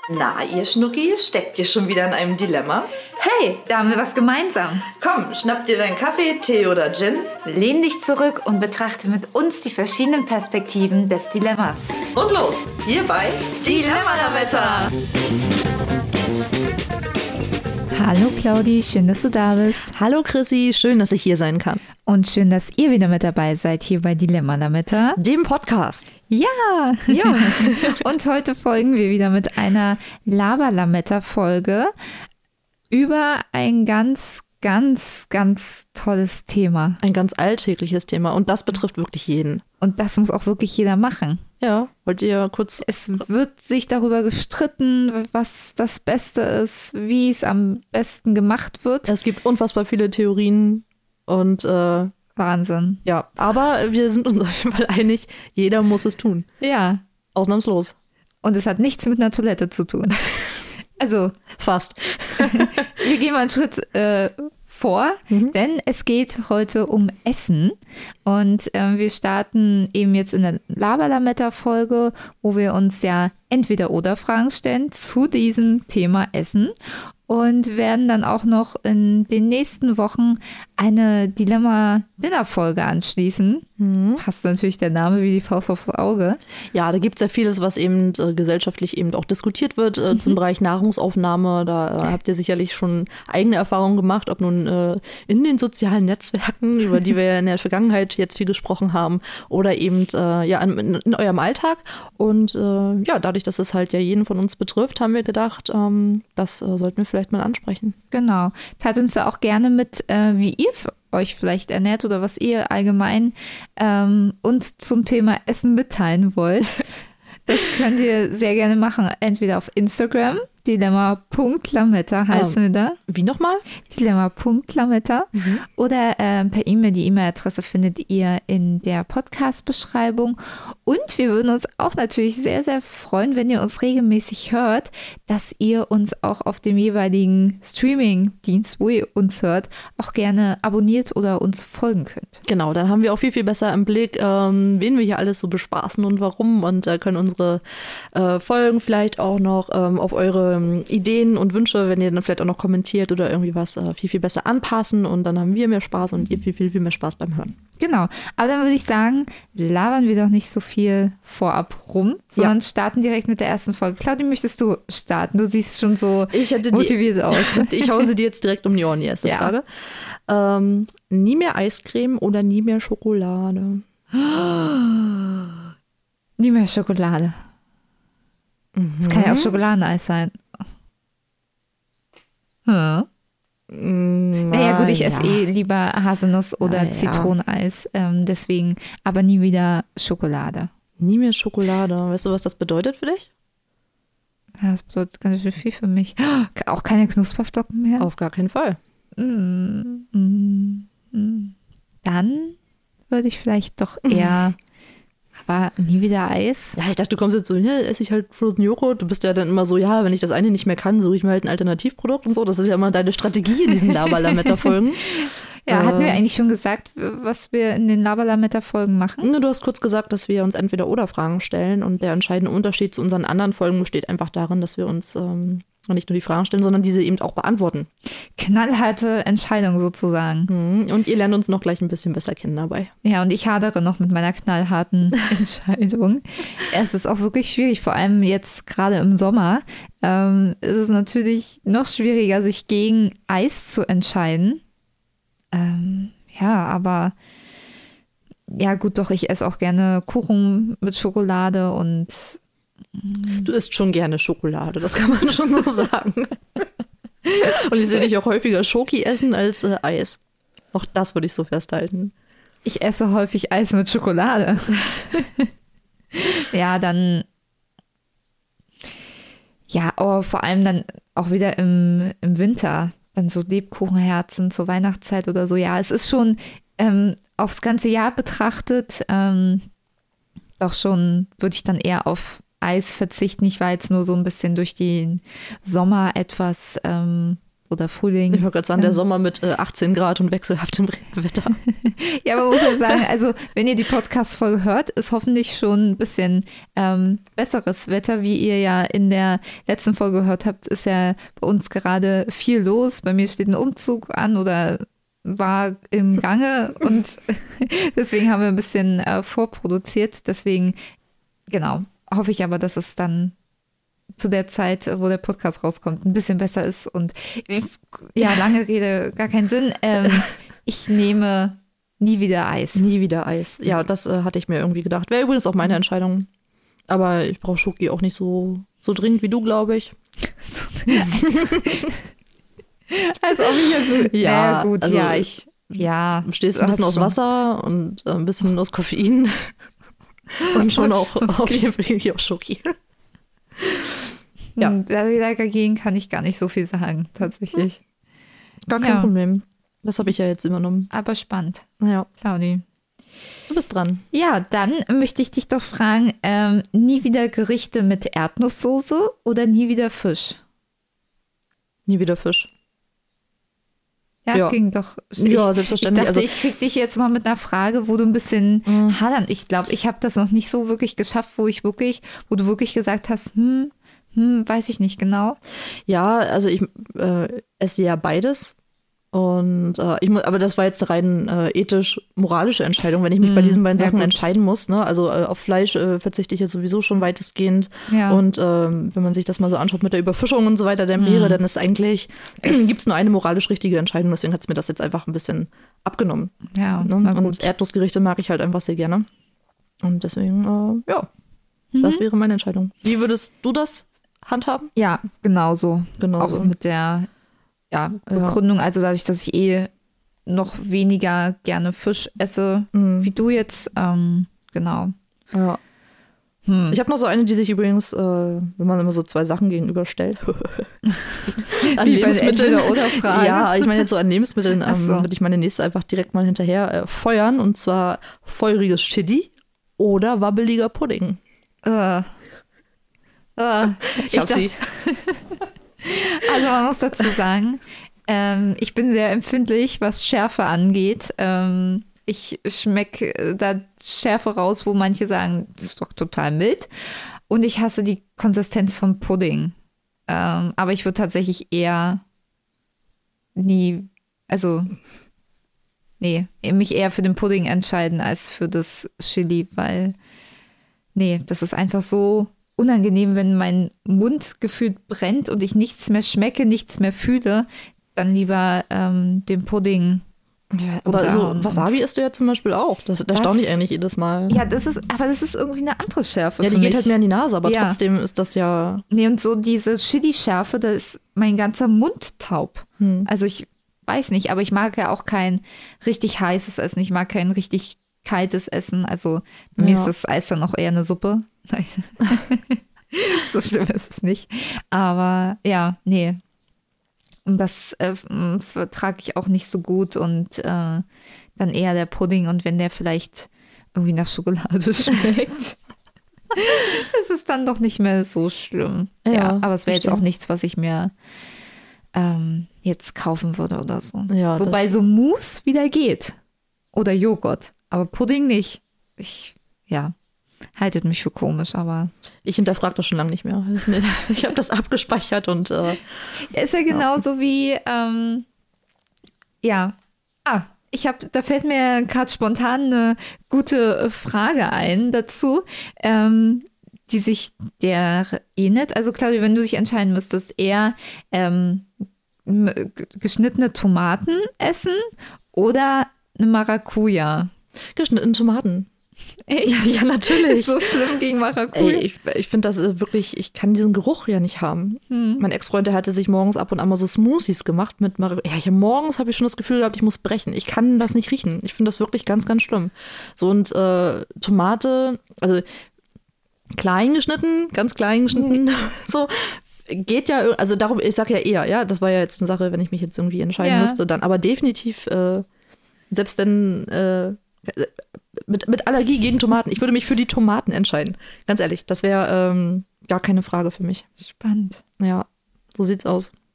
Na, ihr Schnuckis, steckt ihr schon wieder in einem Dilemma? Hey, da haben wir was gemeinsam. Komm, schnapp dir deinen Kaffee, Tee oder Gin. Lehn dich zurück und betrachte mit uns die verschiedenen Perspektiven des Dilemmas. Und los, hier bei Dilemma-Lametta. Hallo Claudi, schön, dass du da bist. Hallo Chrissy, schön, dass ich hier sein kann. Und schön, dass ihr wieder mit dabei seid hier bei Dilemma-Lametta. Dem Podcast. Ja. Ja. Und heute folgen wir wieder mit einer Laber-Lametta-Folge über ein ganz tolles Thema. Ein ganz alltägliches Thema und das betrifft wirklich jeden. Und das muss auch wirklich jeder machen. Ja, wollt ihr kurz... Es wird sich darüber gestritten, was das Beste ist, wie es am besten gemacht wird. Es gibt unfassbar viele Theorien und... Wahnsinn. Ja, aber wir sind uns auf jeden Fall einig, jeder muss es tun. Ja. Ausnahmslos. Und es hat nichts mit einer Toilette zu tun. Also... Fast. Wir gehen mal einen Schritt vor, denn es geht heute um Essen. Und wir starten eben jetzt in der Laber-Lametta-Folge, wo wir uns ja Entweder-Oder-Fragen stellen zu diesem Thema Essen. Und werden dann auch noch in den nächsten Wochen eine Dilemma-Dinner-Folge anschließen. Passt natürlich der Name wie die Faust aufs Auge. Ja, da gibt es ja vieles, was eben gesellschaftlich eben auch diskutiert wird zum Bereich Nahrungsaufnahme. Da habt ihr sicherlich schon eigene Erfahrungen gemacht, ob nun in den sozialen Netzwerken, über die wir in der Vergangenheit jetzt viel gesprochen haben, oder eben in eurem Alltag. Und dadurch, dass es halt ja jeden von uns betrifft, haben wir gedacht, das sollten wir vielleicht mal ansprechen. Genau. Teilt uns da auch gerne mit, wie ihr euch vielleicht ernährt oder was ihr allgemein uns zum Thema Essen mitteilen wollt. Das könnt ihr sehr gerne machen, entweder auf Instagram, dilemma.lametta heißen wir da. Wie nochmal? Dilemma.lametta. Oder per E-Mail. Die E-Mail-Adresse findet ihr in der Podcast-Beschreibung. Und wir würden uns auch natürlich sehr, sehr freuen, wenn ihr uns regelmäßig hört, dass ihr uns auch auf dem jeweiligen Streaming-Dienst, wo ihr uns hört, auch gerne abonniert oder uns folgen könnt. Genau, dann haben wir auch viel besser im Blick, wen wir hier alles so bespaßen und warum, und können unsere Folgen vielleicht auch noch auf eure Ideen und Wünsche, wenn ihr dann vielleicht auch noch kommentiert oder irgendwie was, viel besser anpassen, und dann haben wir mehr Spaß und ihr viel mehr Spaß beim Hören. Genau, aber dann würde ich sagen, labern wir doch nicht so viel vorab rum, sondern starten direkt mit der ersten Folge. Claudi, möchtest du starten? Du siehst schon so motiviert aus. Ich hause dir jetzt direkt um die Ohren, die erste Frage. Nie mehr Eiscreme oder nie mehr Schokolade? Nie mehr Schokolade. Es kann ja auch Schokoladeneis sein. Naja gut, ich esse lieber Haselnuss oder Zitroneneis, deswegen, aber nie wieder Schokolade. Nie mehr Schokolade. Weißt du, was das bedeutet für dich? Ja, das bedeutet ganz schön viel für mich. Auch keine Knusperflocken mehr? Auf gar keinen Fall. Dann würde ich vielleicht doch eher... Aber nie wieder Eis? Ja, ich dachte, du kommst jetzt so, esse ich halt Frozen Joghurt. Du bist ja dann immer so, wenn ich das eine nicht mehr kann, suche ich mir halt ein Alternativprodukt und so. Das ist ja immer deine Strategie in diesen Laber-Lametta-Folgen. Ja, hatten wir eigentlich schon gesagt, was wir in den Laber-Lametta-Folgen machen? Du hast kurz gesagt, dass wir uns Entweder-Oder-Fragen stellen, und der entscheidende Unterschied zu unseren anderen Folgen besteht einfach darin, dass wir uns nicht nur die Fragen stellen, sondern diese eben auch beantworten. Knallharte Entscheidung sozusagen. Und ihr lernt uns noch gleich ein bisschen besser kennen dabei. Ja, und ich hadere noch mit meiner knallharten Entscheidung. Es ist auch wirklich schwierig, vor allem jetzt gerade im Sommer ist es natürlich noch schwieriger, sich gegen Eis zu entscheiden. Aber ja gut, doch, ich esse auch gerne Kuchen mit Schokolade und du isst schon gerne Schokolade, das kann man schon so sagen. Und ich sehe dich auch häufiger Schoki essen als Eis. Auch das würde ich so festhalten. Ich esse häufig Eis mit Schokolade. Ja, dann aber vor allem dann auch wieder im Winter. Dann so Lebkuchenherzen zur Weihnachtszeit oder so. Ja, es ist schon aufs ganze Jahr betrachtet doch schon, würde ich dann eher auf Eis verzichten. Ich war jetzt nur so ein bisschen durch den Sommer etwas oder Frühling. Ich wollte gerade sagen, der Sommer mit 18 Grad und wechselhaftem Wetter. Ja, man muss ja sagen, also wenn ihr die Podcast-Folge hört, ist hoffentlich schon ein bisschen besseres Wetter, wie ihr ja in der letzten Folge gehört habt, ist ja bei uns gerade viel los. Bei mir steht ein Umzug an oder war im Gange und deswegen haben wir ein bisschen vorproduziert. Deswegen, genau, hoffe ich aber, dass es dann zu der Zeit, wo der Podcast rauskommt, ein bisschen besser ist. Und ja, lange Rede, gar keinen Sinn. Ich nehme nie wieder Eis. Nie wieder Eis. Ja, das hatte ich mir irgendwie gedacht. Wäre übrigens auch meine Entscheidung. Aber ich brauche Schoki auch nicht so dringend wie du, glaube ich. Als ob ich jetzt. Ja, gut, also, ja, stehst ein bisschen aus Wasser und ein bisschen aus Koffein. Und schon auch auf jeden Fall auch Schoki. Ja. Dagegen kann ich gar nicht so viel sagen, tatsächlich. Gar kein Problem. Das habe ich ja jetzt übernommen. Aber spannend. Ja. Claudi. Du bist dran. Ja, dann möchte ich dich doch fragen, nie wieder Gerichte mit Erdnusssoße oder nie wieder Fisch? Nie wieder Fisch. Ja, ging doch. Ja, selbstverständlich. Ich dachte, ich krieg dich jetzt mal mit einer Frage, wo du ein bisschen hadern. Ich glaube, ich habe das noch nicht so wirklich geschafft, wo du wirklich gesagt hast, weiß ich nicht genau. Ja, also ich esse ja beides. Und aber das war jetzt eine rein ethisch-moralische Entscheidung, wenn ich mich bei diesen beiden Sachen entscheiden muss. Ne? Also auf Fleisch verzichte ich jetzt sowieso schon weitestgehend. Ja. Und wenn man sich das mal so anschaut mit der Überfischung und so weiter der Meere, dann ist eigentlich, gibt es nur eine moralisch richtige Entscheidung. Deswegen hat es mir das jetzt einfach ein bisschen abgenommen. Ja, ne? Und Erdnussgerichte mag ich halt einfach sehr gerne. Und deswegen, das wäre meine Entscheidung. Wie würdest du das handhaben? Ja, genauso. Auch mit der Begründung, also dadurch, dass ich noch weniger gerne Fisch esse, wie du jetzt, genau. Ja. Ich habe noch so eine, die sich übrigens, wenn man immer so zwei Sachen gegenüberstellt, an wie Lebensmitteln oder Fragen. Ja, ich meine jetzt so an Lebensmitteln, würde ich meine nächste einfach direkt mal hinterher feuern, und zwar feuriges Chili oder wabbeliger Pudding. Ich hab sie. Also man muss dazu sagen, ich bin sehr empfindlich, was Schärfe angeht. Ich schmecke da Schärfe raus, wo manche sagen, das ist doch total mild. Und ich hasse die Konsistenz vom Pudding. Aber ich würde tatsächlich mich eher für den Pudding entscheiden als für das Chili, weil, das ist einfach so unangenehm, wenn mein Mund gefühlt brennt und ich nichts mehr schmecke, nichts mehr fühle, dann lieber den Pudding. Ja, aber so Wasabi isst du ja zum Beispiel auch. Das staune ich eigentlich jedes Mal. Ja, das ist irgendwie eine andere Schärfe. Ja, die geht halt mehr in die Nase, aber trotzdem ist das ja. Nee, und so diese Chili-Schärfe, da ist mein ganzer Mund taub. Also ich weiß nicht, aber ich mag ja auch kein richtig heißes Essen. Ich mag kein richtig kaltes Essen. Also bei mir ist das Eis dann auch eher eine Suppe. Nein. So schlimm ist es nicht. Aber und das vertrage ich auch nicht so gut und dann eher der Pudding, und wenn der vielleicht irgendwie nach Schokolade schmeckt, ist es dann doch nicht mehr so schlimm. Ja, aber es wäre jetzt auch nichts, was ich mir jetzt kaufen würde oder so. Ja, wobei so Mousse wieder geht. Oder Joghurt. Aber Pudding nicht. Haltet mich für komisch, aber. Ich hinterfrage das schon lange nicht mehr. Ich habe das abgespeichert und. Ist ja genauso wie. Da fällt mir gerade spontan eine gute Frage ein dazu, die sich der ähnelt. Also, Claudia, wenn du dich entscheiden müsstest, eher geschnittene Tomaten essen oder eine Maracuja? Geschnittene Tomaten. Echt? Ja, natürlich. Ist so schlimm gegen Maracuja. Ich finde das wirklich, ich kann diesen Geruch ja nicht haben. Mein Ex-Freund, der hatte sich morgens ab und an mal so Smoothies gemacht mit Maracuja. Ja, morgens habe ich schon das Gefühl gehabt, ich muss brechen. Ich kann das nicht riechen. Ich finde das wirklich ganz, ganz schlimm. So, und Tomate, also klein geschnitten, ganz klein geschnitten, so. Geht ja, also darum, ich sag ja eher, ja, das war ja jetzt eine Sache, wenn ich mich jetzt irgendwie entscheiden müsste, dann aber definitiv, selbst wenn, mit Allergie gegen Tomaten. Ich würde mich für die Tomaten entscheiden. Ganz ehrlich, das wäre gar keine Frage für mich. Spannend. Ja, so sieht's aus.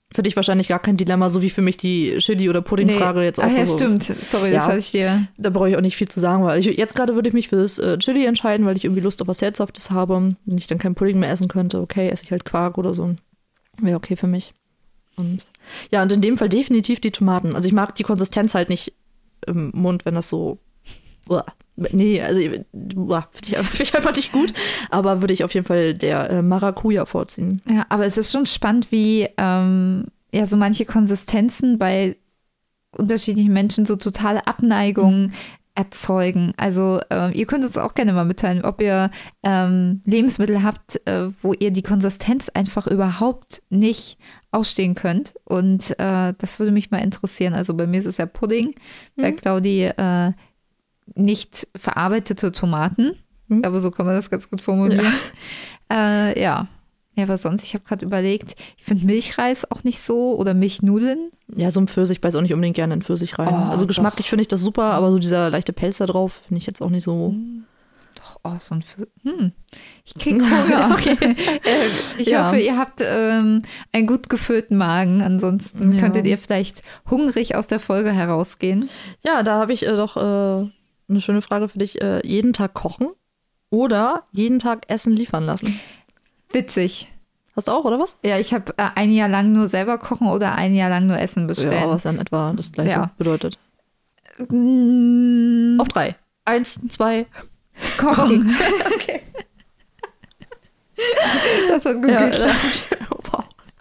Für dich wahrscheinlich gar kein Dilemma, so wie für mich die Chili- oder Pudding-Frage jetzt auch. Ah ja, so. stimmt. Sorry, das hatte ich dir. Da brauche ich auch nicht viel zu sagen, weil jetzt gerade würde ich mich für das Chili entscheiden, weil ich irgendwie Lust auf was Herzhaftes habe. Wenn ich dann kein Pudding mehr essen könnte, okay, esse ich halt Quark oder so. Wäre okay für mich. Und in dem Fall definitiv die Tomaten. Also ich mag die Konsistenz halt nicht im Mund, wenn das so. Nee, also finde ich einfach nicht gut. Aber würde ich auf jeden Fall der Maracuja vorziehen. Ja, aber es ist schon spannend, wie so manche Konsistenzen bei unterschiedlichen Menschen so totale Abneigungen erzeugen. Also ihr könnt uns auch gerne mal mitteilen, ob ihr Lebensmittel habt, wo ihr die Konsistenz einfach überhaupt nicht ausstehen könnt. Und das würde mich mal interessieren. Also bei mir ist es ja Pudding, bei Claudi nicht verarbeitete Tomaten. Aber so kann man das ganz gut formulieren. Ja, aber sonst, ich habe gerade überlegt, ich finde Milchreis auch nicht so oder Milchnudeln. Ja, so ein Pfirsich beiß auch nicht unbedingt gerne in Pfirsich rein. Also geschmacklich finde ich das super, aber so dieser leichte Pelz da drauf finde ich jetzt auch nicht so. Doch, so ein Pfirsich. Ich kriege Hunger. Okay. Ich hoffe, ihr habt einen gut gefüllten Magen. Ansonsten könntet ihr vielleicht hungrig aus der Folge herausgehen. Ja, da habe ich doch eine schöne Frage für dich. Jeden Tag kochen oder jeden Tag Essen liefern lassen? Witzig. Hast du auch, oder was? Ja, ich habe ein Jahr lang nur selber kochen oder ein Jahr lang nur Essen bestellen. Ja, was dann etwa das Gleiche bedeutet. Auf 3. 1, 2. Kochen. Okay. Das hat gut geklappt. Wow.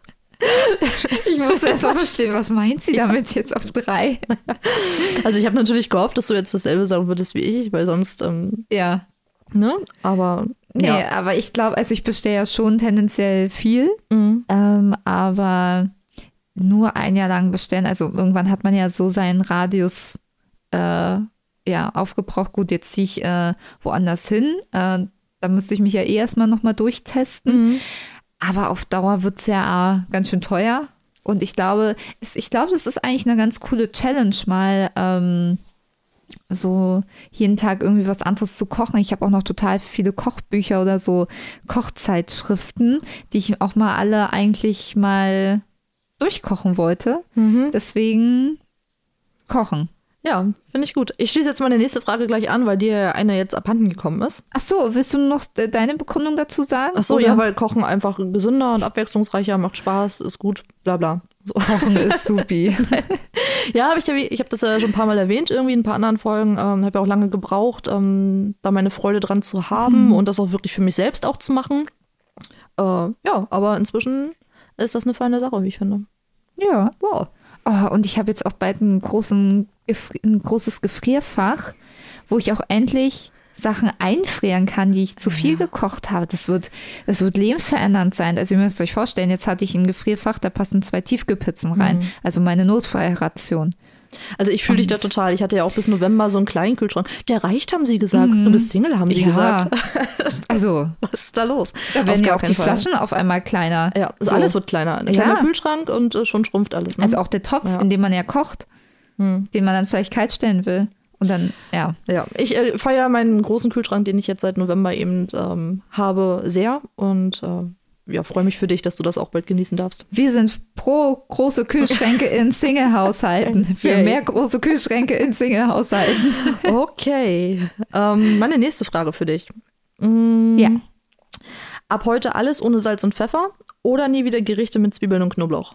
Ich musste erst mal verstehen, was meint sie damit jetzt auf 3? Also ich habe natürlich gehofft, dass du jetzt dasselbe sagen würdest wie ich, weil sonst, ne? Aber nee, aber ich glaube, also ich bestelle ja schon tendenziell viel, aber nur ein Jahr lang bestellen. Also irgendwann hat man ja so seinen Radius aufgebraucht. Gut, jetzt ziehe ich woanders hin. Da müsste ich mich ja erstmal nochmal durchtesten. Aber auf Dauer wird es ja ganz schön teuer. Und ich glaube, das ist eigentlich eine ganz coole Challenge, mal so jeden Tag irgendwie was anderes zu kochen. Ich habe auch noch total viele Kochbücher oder so Kochzeitschriften, die ich auch mal alle eigentlich mal durchkochen wollte. Deswegen kochen. Ja, finde ich gut. Ich schließe jetzt meine nächste Frage gleich an, weil dir eine jetzt abhanden gekommen ist. Ach so, willst du noch deine Begründung dazu sagen? Ach so, oder? ja, weil Kochen einfach gesünder und abwechslungsreicher, macht Spaß, ist gut, bla bla. So. Kochen ist supi. Ja, ich habe das ja schon ein paar Mal erwähnt, irgendwie in ein paar anderen Folgen. Habe ja auch lange gebraucht, da meine Freude dran zu haben und das auch wirklich für mich selbst auch zu machen. Aber inzwischen ist das eine feine Sache, wie ich finde. Ja. Wow. Oh, und ich habe jetzt auch bald ein großes Gefrierfach, wo ich auch endlich Sachen einfrieren kann, die ich zu viel gekocht habe. Das wird lebensverändernd sein. Also ihr müsst euch vorstellen, jetzt hatte ich ein Gefrierfach, da passen 2 Tiefkühlpizzen rein. Also meine Notfallration. Also ich fühle dich da total. Ich hatte ja auch bis November so einen kleinen Kühlschrank. Der reicht, haben sie gesagt. Du bist Single, haben sie gesagt. Also, was ist da los? Da werden ja auch die Flaschen auf einmal kleiner. Ja, also alles wird kleiner. Ein kleiner Kühlschrank und schon schrumpft alles. Ne? Also auch der Topf, in dem man ja kocht, den man dann vielleicht kalt stellen will. Und dann, Ja, ich feiere meinen großen Kühlschrank, den ich jetzt seit November eben habe, sehr. Und freue mich für dich, dass du das auch bald genießen darfst. Wir sind pro große Kühlschränke in Single-Haushalten. Für mehr große Kühlschränke in Single-Haushalten. Okay. Meine nächste Frage für dich. Ja. Ab heute alles ohne Salz und Pfeffer oder nie wieder Gerichte mit Zwiebeln und Knoblauch?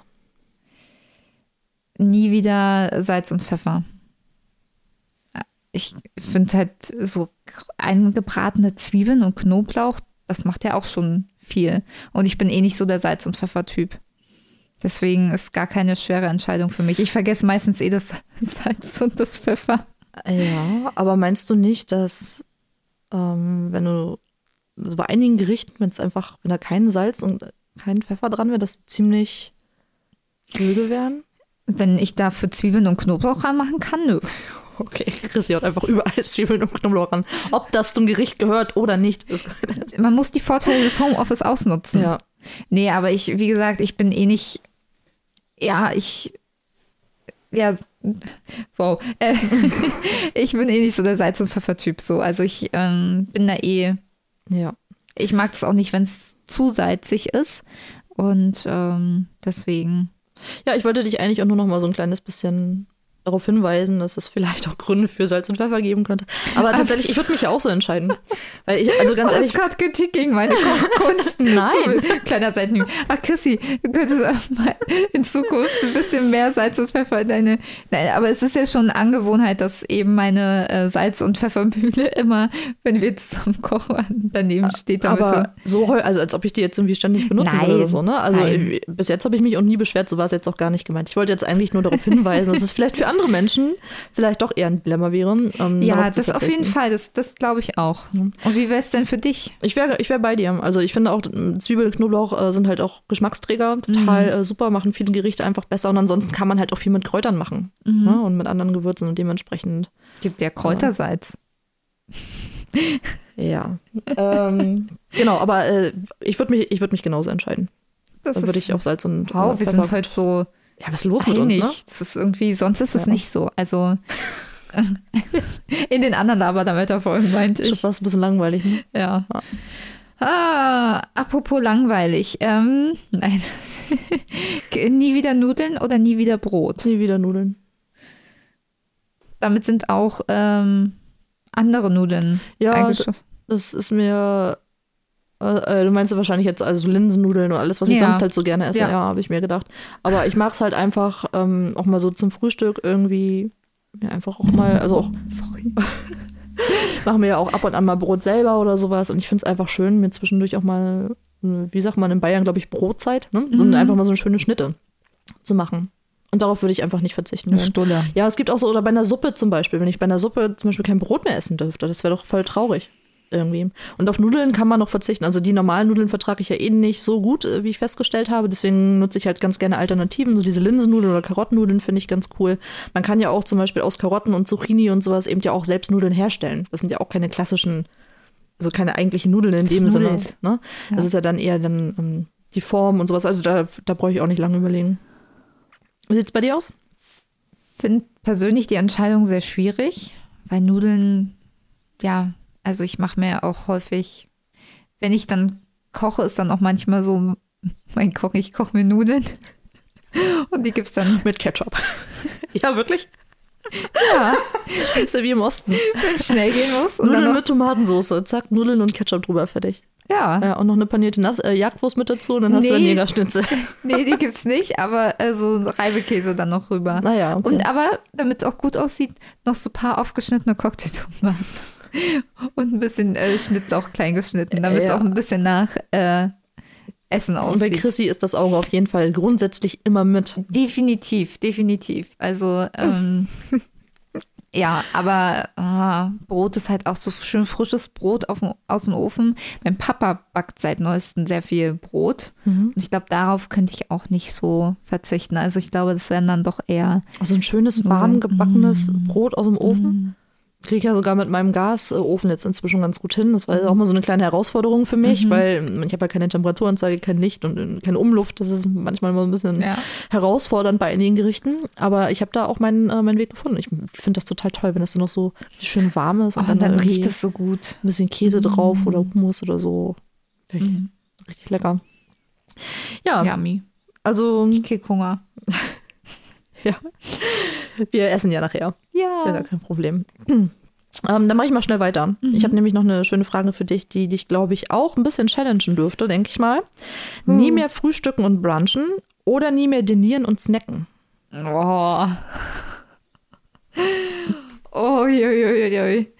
Nie wieder Salz und Pfeffer. Ich finde halt so eingebratene Zwiebeln und Knoblauch, das macht ja auch schon viel. Und ich bin eh nicht so der Salz- und Pfeffer-Typ. Deswegen ist gar keine schwere Entscheidung für mich. Ich vergesse meistens das Salz und das Pfeffer. Ja, aber meinst du nicht, dass wenn du so bei einigen Gerichten, wenn da kein Salz und kein Pfeffer dran wäre, das ziemlich blöde wären? Wenn ich dafür Zwiebeln und Knoblauch ranmachen kann, nö. Okay, Chrissy haut einfach überall Zwiebeln und Knoblauch ran. Ob das zum Gericht gehört oder nicht. Man muss die Vorteile des Homeoffice ausnutzen. Ja. Nee, aber wie gesagt, ich bin eh nicht, ich bin eh nicht so der Salz- und Pfeffer-Typ so. Also ich bin da ich mag es auch nicht, wenn es zu salzig ist und deswegen. Ja, ich wollte dich eigentlich auch nur noch mal so ein kleines bisschen darauf hinweisen, dass es vielleicht auch Gründe für Salz und Pfeffer geben könnte. Aber tatsächlich, ich würde mich ja auch so entscheiden. Weil ich, also ganz ehrlich. Das ist gerade Kritik gegen meine Kochkunst. Nein. So, kleiner Seitenhieb. Ach, Chrissy, du könntest mal in Zukunft ein bisschen mehr Salz und Pfeffer in deine. Nein, aber es ist ja schon eine Angewohnheit, dass eben meine Salz- und Pfeffermühle immer, wenn wir zusammen kochen, daneben steht. Damit aber so, also als ob ich die jetzt irgendwie ständig benutzen würde oder so, ne? Also bis jetzt habe ich mich auch nie beschwert, so war es jetzt auch gar nicht gemeint. Ich wollte jetzt eigentlich nur darauf hinweisen, dass es vielleicht für andere Menschen vielleicht doch eher ein Dilemma wäre. Ja, das auf jeden Fall, das glaube ich auch. Und wie wäre es denn für dich? Ich wär bei dir. Also ich finde auch, Zwiebel, Knoblauch sind halt auch Geschmacksträger, total super, machen viele Gerichte einfach besser und ansonsten kann man halt auch viel mit Kräutern machen, ne? Und mit anderen Gewürzen und dementsprechend. Gibt ja Kräutersalz. Ja. Genau, aber ich würd mich genauso entscheiden. Dann würde ich auf Salz und Wow, wir sind heute so. Ja, was ist los mit uns, ne? Das ist irgendwie, sonst ist es nicht so. Also in den anderen Laberdameter-Folgen meinte ich. Das war ein bisschen langweilig, ne? Ja. Apropos langweilig. Nein. Nie wieder Nudeln oder nie wieder Brot? Nie wieder Nudeln. Damit sind auch andere Nudeln eingeschlossen. Das ist mir. Du meinst wahrscheinlich jetzt also Linsennudeln und alles, was ich sonst halt so gerne esse. Ja, habe ich mir gedacht. Aber ich mag es halt einfach auch mal so zum Frühstück irgendwie. Ja, einfach auch mal, also auch. Sorry. Machen wir ja auch ab und an mal Brot selber oder sowas. Und ich finde es einfach schön, mir zwischendurch auch mal, wie sagt man in Bayern, glaube ich, Brotzeit, ne? So einfach mal so eine schöne Schnitte zu machen. Und darauf würde ich einfach nicht verzichten. Stulle. Ja, es gibt auch so, oder bei einer Suppe zum Beispiel, wenn ich bei einer Suppe zum Beispiel kein Brot mehr essen dürfte, das wäre doch voll traurig. Irgendwie. Und auf Nudeln kann man noch verzichten. Also die normalen Nudeln vertrage ich ja eh nicht so gut, wie ich festgestellt habe. Deswegen nutze ich halt ganz gerne Alternativen. So diese Linsennudeln oder Karottennudeln finde ich ganz cool. Man kann ja auch zum Beispiel aus Karotten und Zucchini und sowas eben ja auch selbst Nudeln herstellen. Das sind ja auch keine klassischen, also keine eigentlichen Nudeln in dem Sinne. Ne? Ja. Das ist ja dann eher dann die Form und sowas. Also da brauche ich auch nicht lange überlegen. Wie sieht es bei dir aus? Ich finde persönlich die Entscheidung sehr schwierig, weil Nudeln, ja, also ich mache mir auch häufig, wenn ich dann koche, ist dann auch manchmal so, ich koche mir Nudeln und die gibt's dann mit Ketchup. Ja, wirklich? Ja. Ist ja wie im Osten. Wenn es schnell gehen muss. Und Nudeln dann mit Tomatensauce, zack, Nudeln und Ketchup drüber, fertig. Ja. Und noch eine panierte Jagdwurst mit dazu und dann hast du einen Jägerschnitzel. Nee, die gibt's nicht, aber so Reibekäse dann noch rüber. Naja, okay. Und aber, damit es auch gut aussieht, noch so ein paar aufgeschnittene Cocktailtomaten. Und ein bisschen Schnittlauch klein geschnitten, damit es auch ein bisschen nach Essen aussieht. Und bei Chrissy ist das Auge auf jeden Fall grundsätzlich immer mit. Definitiv. Also ja, aber Brot ist halt auch so schön frisches Brot aus dem Ofen. Mein Papa backt seit neuestem sehr viel Brot. Und ich glaube, darauf könnte ich auch nicht so verzichten. Also ich glaube, das wären dann doch eher so ein schönes, warm gebackenes Brot aus dem Ofen. Kriege ich ja sogar mit meinem Gasofen jetzt inzwischen ganz gut hin. Das war auch mal so eine kleine Herausforderung für mich, weil ich habe ja keine Temperaturanzeige, kein Licht und keine Umluft. Das ist manchmal mal ein bisschen herausfordernd bei einigen Gerichten. Aber ich habe da auch meinen Weg gefunden. Ich finde das total toll, wenn das dann noch so schön warm ist. Und dann riecht es so gut. Ein bisschen Käse drauf oder Hummus oder so. Richtig lecker. Ja. Yummy. Also. Ich krieg Hunger. Ja. Wir essen ja nachher. Ja. Ist ja gar kein Problem. Dann mache ich mal schnell weiter. Ich habe nämlich noch eine schöne Frage für dich, die dich, glaube ich, auch ein bisschen challengen dürfte, denke ich mal. Nie mehr frühstücken und brunchen oder nie mehr dinieren und snacken? Oh. Oh, joi.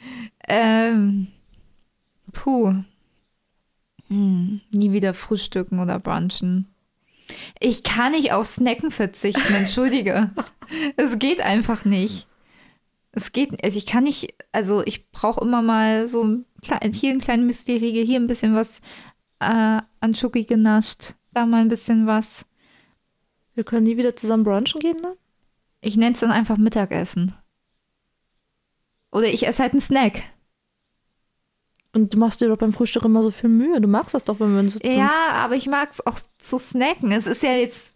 Nie wieder frühstücken oder brunchen. Ich kann nicht auf Snacken verzichten, entschuldige. Es geht einfach nicht. Also ich kann nicht, also ich brauche immer mal so hier einen kleinen Müsli-Riegel, hier ein bisschen was an Schoki genascht, da mal ein bisschen was. Wir können nie wieder zusammen brunchen gehen, ne? Ich nenne es dann einfach Mittagessen. Oder ich esse halt einen Snack. Und du machst dir doch beim Frühstück immer so viel Mühe. Du magst das doch, wenn wir uns so Ja, aber ich mag es auch zu snacken. Es ist ja jetzt...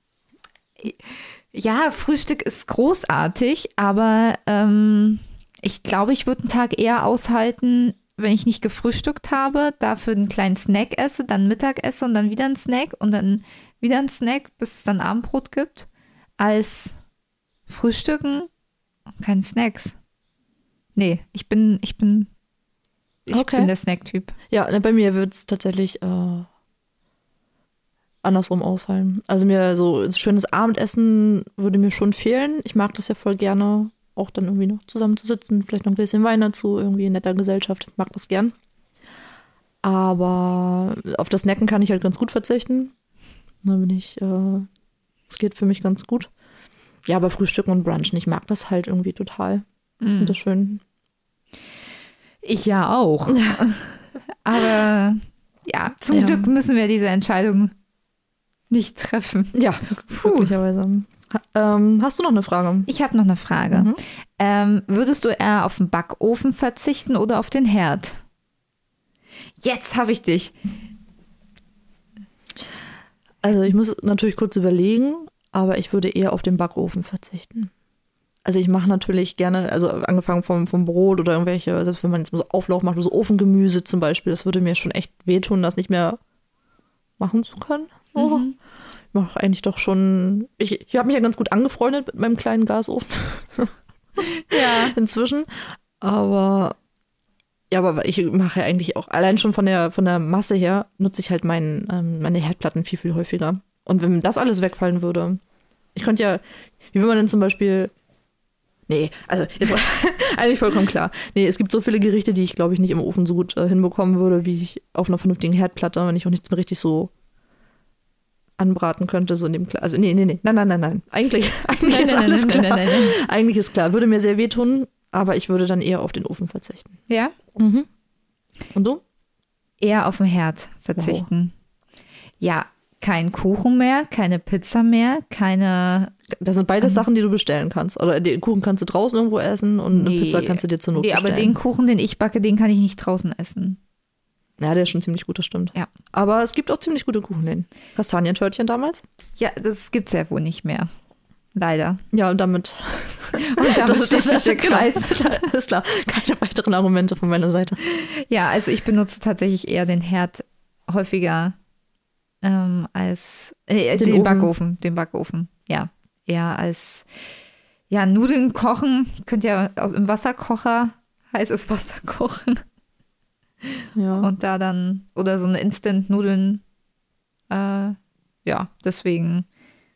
Ja, Frühstück ist großartig, aber ich glaube, ich würde einen Tag eher aushalten, wenn ich nicht gefrühstückt habe, dafür einen kleinen Snack esse, dann Mittag esse und dann wieder einen Snack und dann wieder ein Snack, bis es dann Abendbrot gibt, als Frühstücken und keine Snacks. Nee, ich bin der Snack-Typ. Ja, bei mir wird es tatsächlich andersrum ausfallen. Also mir so ein schönes Abendessen würde mir schon fehlen. Ich mag das ja voll gerne, auch dann irgendwie noch zusammenzusitzen, vielleicht noch ein bisschen Wein dazu, irgendwie in netter Gesellschaft. Ich mag das gern. Aber auf das Snacken kann ich halt ganz gut verzichten. Da bin ich, es geht für mich ganz gut. Ja, aber Frühstücken und Brunchen, ich mag das halt irgendwie total. Ich finde das schön. Ich ja auch. Aber ja, zum Glück müssen wir diese Entscheidung nicht treffen. Ja, glücklicherweise. Hast du noch eine Frage? Ich habe noch eine Frage. Würdest du eher auf den Backofen verzichten oder auf den Herd? Jetzt habe ich dich. Also ich muss natürlich kurz überlegen, aber ich würde eher auf den Backofen verzichten. Also ich mache natürlich gerne, also angefangen vom Brot oder irgendwelche, selbst wenn man jetzt mal so Auflauf macht, so Ofengemüse zum Beispiel, das würde mir schon echt wehtun, das nicht mehr machen zu können. Oh. Ich mache eigentlich doch schon, ich habe mich ja ganz gut angefreundet mit meinem kleinen Gasofen. Ja. Inzwischen. Aber ich mache ja eigentlich auch, allein schon von der Masse her, nutze ich halt meine Herdplatten viel, viel häufiger. Und wenn das alles wegfallen würde, ich könnte ja, wie will man denn zum Beispiel, nee, also eigentlich vollkommen klar. Nee, es gibt so viele Gerichte, die ich, glaube ich, nicht im Ofen so gut hinbekommen würde, wie ich auf einer vernünftigen Herdplatte, wenn ich auch nichts mehr richtig so anbraten könnte, so in dem also nee, nein. Eigentlich ist alles klar. Nein. Eigentlich ist klar, würde mir sehr wehtun, aber ich würde dann eher auf den Ofen verzichten. Ja? Mhm. Und du? Eher auf den Herd verzichten. Wow. Ja, kein Kuchen mehr, keine Pizza mehr, keine... Das sind beides Sachen, die du bestellen kannst. Oder den Kuchen kannst du draußen irgendwo essen und eine Pizza kannst du dir zur Not bestellen. Aber den Kuchen, den ich backe, den kann ich nicht draußen essen. Ja, der ist schon ziemlich gut, das stimmt. Ja. Aber es gibt auch ziemlich gute Kuchen. Kastanientörtchen damals? Ja, das gibt's ja wohl nicht mehr. Leider. Ja, und damit schließt sich der Kreis. Alles klar, keine weiteren Argumente von meiner Seite. Ja, also ich benutze tatsächlich eher den Herd häufiger als den Backofen. Den Backofen, ja. Eher als Nudeln kochen. Ich könnte ja im Wasserkocher heißes Wasser kochen. Ja. Und da dann, oder so eine Instant-Nudeln. Deswegen.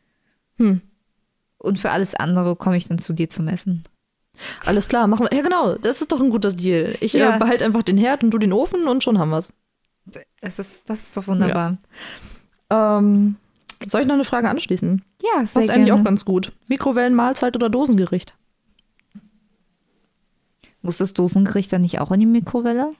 Und für alles andere komme ich dann zu dir zum Essen. Alles klar, machen wir. Ja, genau, das ist doch ein guter Deal. Ich behalte einfach den Herd und du den Ofen und schon haben wir's. Das ist doch wunderbar. Ja. Soll ich noch eine Frage anschließen? Ja, sehr gerne. Passt eigentlich auch ganz gut. Mikrowellenmahlzeit oder Dosengericht? Muss das Dosengericht dann nicht auch in die Mikrowelle?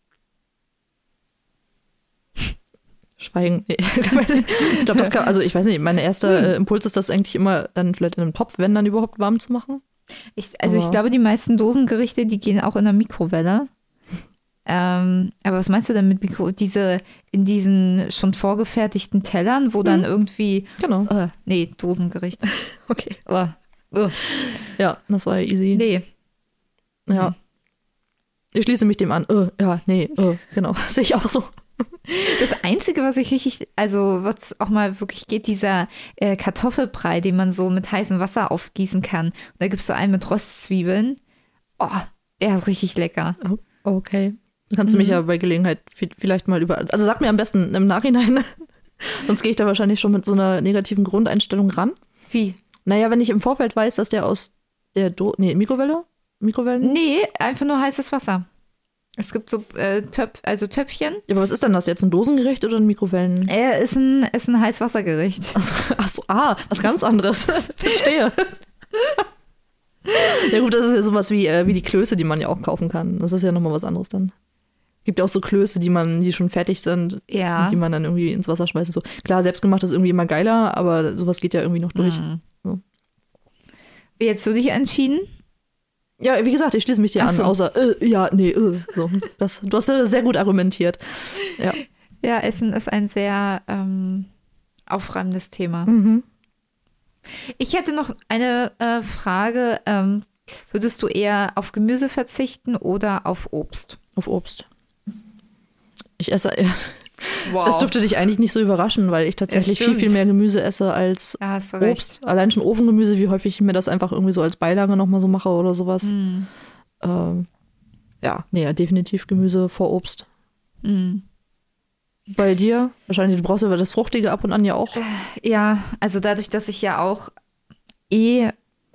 Schweigen. Ich glaube, ich weiß nicht, mein erster Impuls ist das eigentlich immer dann vielleicht in einem Topf, wenn dann überhaupt warm zu machen. Ich glaube, die meisten Dosengerichte, die gehen auch in der Mikrowelle. Aber was meinst du denn mit in diesen schon vorgefertigten Tellern, wo dann irgendwie, genau. Dosengericht. Okay. Ja, das war ja easy. Nee. Ja. Ich schließe mich dem an. Genau, sehe ich auch so. Das Einzige, was was auch mal wirklich geht, dieser Kartoffelbrei, den man so mit heißem Wasser aufgießen kann. Und da gibst du einen mit Röstzwiebeln. Oh, der ist richtig lecker. Oh, okay. Du kannst mich ja bei Gelegenheit vielleicht mal also sag mir am besten im Nachhinein, sonst gehe ich da wahrscheinlich schon mit so einer negativen Grundeinstellung ran. Wie? Naja, wenn ich im Vorfeld weiß, dass der aus der Mikrowellen? Nee, einfach nur heißes Wasser. Es gibt so Töpfchen. Ja, aber was ist denn das jetzt? Ein Dosengericht oder ein Mikrowellen? Ist ein Heißwassergericht. Achso, was ganz anderes. Verstehe. Ja gut, das ist ja sowas wie die Klöße, die man ja auch kaufen kann. Das ist ja nochmal was anderes dann. Gibt ja auch so Klöße, die schon fertig sind, ja. Die man dann irgendwie ins Wasser schmeißt. So. Klar, selbstgemacht ist irgendwie immer geiler, aber sowas geht ja irgendwie noch durch. So. Wie hättest du dich entschieden? Ja, wie gesagt, ich schließe mich dir an, außer, so. Du hast sehr gut argumentiert. Ja, ja, Essen ist ein sehr aufräumendes Thema. Mhm. Ich hätte noch eine Frage. Würdest du eher auf Gemüse verzichten oder auf Obst? Auf Obst. Ich Wow. Das dürfte dich eigentlich nicht so überraschen, weil ich tatsächlich viel mehr Gemüse esse als Obst. Allein schon Ofengemüse, wie häufig ich mir das einfach irgendwie so als Beilage nochmal so mache oder sowas. Definitiv Gemüse vor Obst. Bei dir? Wahrscheinlich, du brauchst aber das Fruchtige ab und an ja auch. Ja, also dadurch, dass ich ja auch ich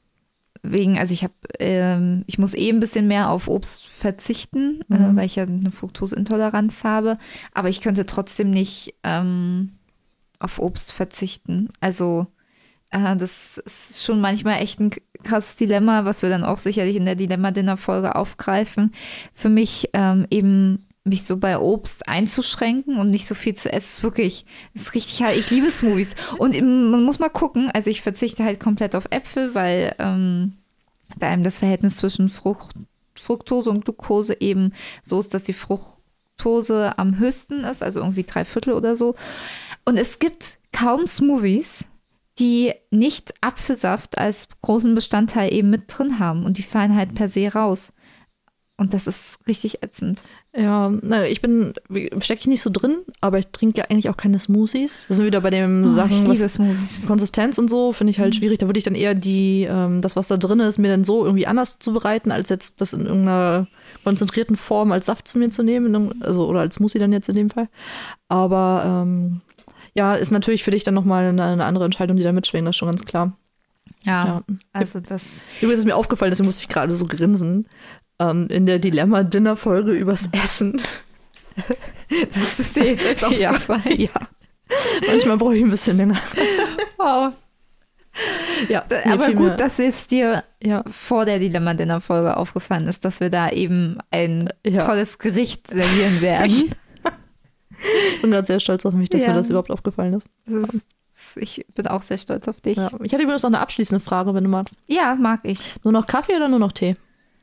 muss ein bisschen mehr auf Obst verzichten, weil ich ja eine Fructoseintoleranz habe, aber ich könnte trotzdem nicht auf Obst verzichten. Also das ist schon manchmal echt ein krasses Dilemma, was wir dann auch sicherlich in der Dilemma-Dinner-Folge aufgreifen. Für mich eben mich so bei Obst einzuschränken und nicht so viel zu essen, ist richtig halt, ich liebe Smoothies. Und man muss mal gucken, also ich verzichte halt komplett auf Äpfel, weil da eben das Verhältnis zwischen Fructose und Glucose eben so ist, dass die Fructose am höchsten ist, also irgendwie 3/4 oder so. Und es gibt kaum Smoothies, die nicht Apfelsaft als großen Bestandteil eben mit drin haben und die fallen halt per se raus. Und das ist richtig ätzend. Ja, stecke ich nicht so drin, aber ich trinke ja eigentlich auch keine Smoothies. Das sind wieder bei den Sachen, ich liebe Smoothies. Konsistenz und so, finde ich halt schwierig. Da würde ich dann eher das, was da drin ist, mir dann so irgendwie anders zubereiten, als jetzt das in irgendeiner konzentrierten Form als Saft zu mir zu nehmen, oder als Smoothie dann jetzt in dem Fall. Aber ist natürlich für dich dann nochmal eine andere Entscheidung, die da mitschwingt, das ist schon ganz klar. Ja, also das... Übrigens ist mir aufgefallen, deswegen musste ich gerade so grinsen, in der Dilemma-Dinner-Folge übers Essen. Das ist dir jetzt erst aufgefallen. Ja. Manchmal brauche ich ein bisschen länger. Wow. Ja, aber gut, dass es dir vor der Dilemma-Dinner-Folge aufgefallen ist, dass wir da eben ein tolles Gericht servieren werden. Ich bin gerade sehr stolz auf mich, dass mir das überhaupt aufgefallen ist. Ich bin auch sehr stolz auf dich. Ja. Ich hatte übrigens noch eine abschließende Frage, wenn du magst. Ja, mag ich. Nur noch Kaffee oder nur noch Tee?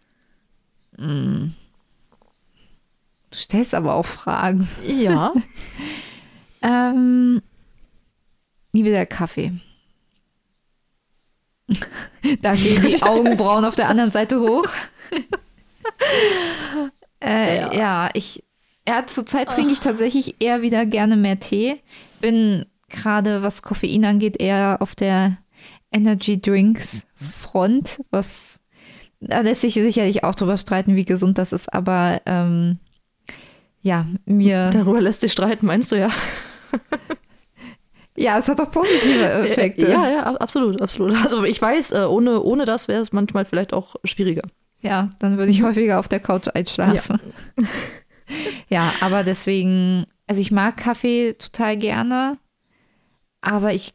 Du stellst aber auch Fragen. Ja. Nie wieder Kaffee. Da gehen die Augenbrauen auf der anderen Seite hoch. Zurzeit trinke ich tatsächlich eher wieder gerne mehr Tee. Bin gerade, was Koffein angeht, eher auf der Energy Drinks Front, da lässt sich sicherlich auch drüber streiten, wie gesund das ist, aber mir... Darüber lässt sich streiten, meinst du ja? Ja, es hat auch positive Effekte. Ja, absolut. Also ich weiß, ohne das wäre es manchmal vielleicht auch schwieriger. Ja, dann würde ich häufiger auf der Couch einschlafen. Ja, aber deswegen, also ich mag Kaffee total gerne, aber ich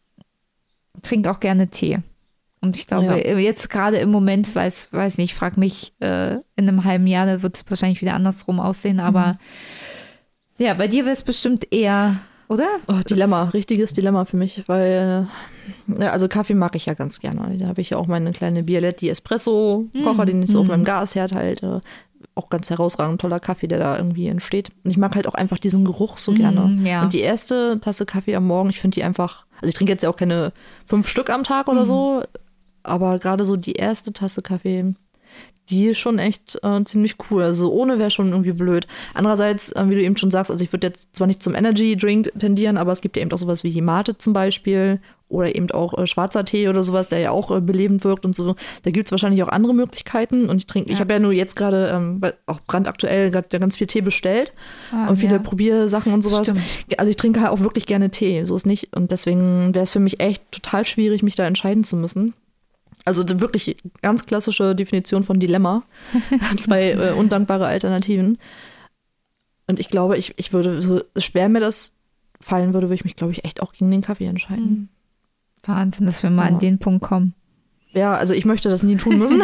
trinke auch gerne Tee. Und ich glaube, jetzt gerade im Moment, weiß nicht, ich frage mich, in einem halben Jahr, da wird es wahrscheinlich wieder andersrum aussehen, aber ja, bei dir wäre es bestimmt eher, oder? Oh, Dilemma, richtiges Dilemma für mich, weil, also Kaffee mag ich ja ganz gerne. Da habe ich ja auch meine kleine Bialetti Espresso-Kocher, den ich so auf meinem Gasherd halte. Auch ganz herausragend toller Kaffee, der da irgendwie entsteht. Und ich mag halt auch einfach diesen Geruch so gerne. Ja. Und die erste Tasse Kaffee am Morgen, ich finde die einfach, also ich trinke jetzt ja auch keine 5 Stück am Tag oder so, aber gerade so die erste Tasse Kaffee, die ist schon echt ziemlich cool. Also ohne wäre schon irgendwie blöd. Andererseits, wie du eben schon sagst, also ich würde jetzt zwar nicht zum Energy Drink tendieren, aber es gibt ja eben auch sowas wie Himate zum Beispiel oder eben auch schwarzer Tee oder sowas, der ja auch belebend wirkt und so. Da gibt es wahrscheinlich auch andere Möglichkeiten. Und ich habe ja nur jetzt gerade, auch brandaktuell, gerade ganz viel Tee bestellt und viele Probiersachen und sowas. Stimmt. Also ich trinke halt auch wirklich gerne Tee, so ist nicht. Und deswegen wäre es für mich echt total schwierig, mich da entscheiden zu müssen. Also wirklich ganz klassische Definition von Dilemma. 2 undankbare Alternativen. Und ich glaube, ich würde, so schwer mir das fallen würde ich mich, glaube ich, echt auch gegen den Kaffee entscheiden. Wahnsinn, dass wir mal an den Punkt kommen. Ja, also ich möchte das nie tun müssen.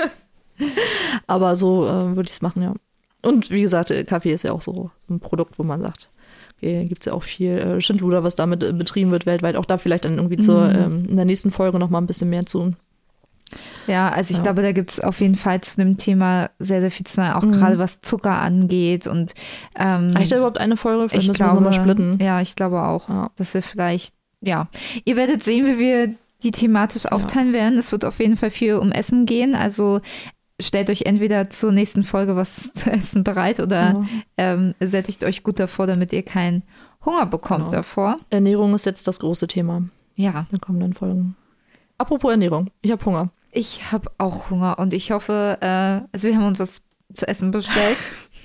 Aber so würde ich es machen, ja. Und wie gesagt, Kaffee ist ja auch so ein Produkt, wo man sagt, okay, gibt es ja auch viel Schindluder, was damit betrieben wird weltweit. Auch da vielleicht dann irgendwie in der nächsten Folge noch mal ein bisschen mehr zu. Ja, also ich glaube, da gibt es auf jeden Fall zu dem Thema sehr, sehr viel zu sagen, auch gerade was Zucker angeht. Und reicht da überhaupt eine Folge? Vielleicht müssen wir es nochmal splitten. Ja, ich glaube auch, dass wir vielleicht, ihr werdet sehen, wie wir die thematisch aufteilen werden. Es wird auf jeden Fall viel um Essen gehen. Also stellt euch entweder zur nächsten Folge was zu essen bereit oder sättigt euch gut davor, damit ihr keinen Hunger bekommt davor. Ernährung ist jetzt das große Thema. Ja. Dann kommen dann Folgen. Apropos Ernährung, ich habe Hunger. Ich habe auch Hunger und ich hoffe, also wir haben uns was zu essen bestellt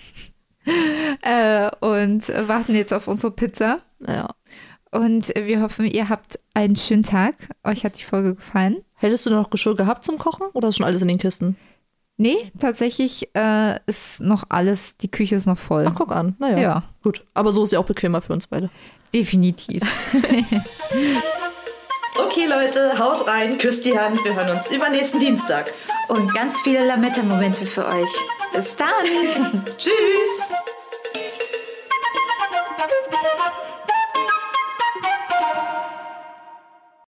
und warten jetzt auf unsere Pizza. Ja. Und wir hoffen, ihr habt einen schönen Tag. Euch hat die Folge gefallen. Hättest du noch Geschirr gehabt zum Kochen oder ist schon alles in den Kisten? Nee, tatsächlich ist noch alles, die Küche ist noch voll. Ach, guck an. Naja, ja. Gut. Aber so ist ja auch bequemer für uns beide. Definitiv. Okay, Leute, haut rein, küsst die Hand. Wir hören uns übernächsten Dienstag. Und ganz viele Lametta-Momente für euch. Bis dann. Tschüss.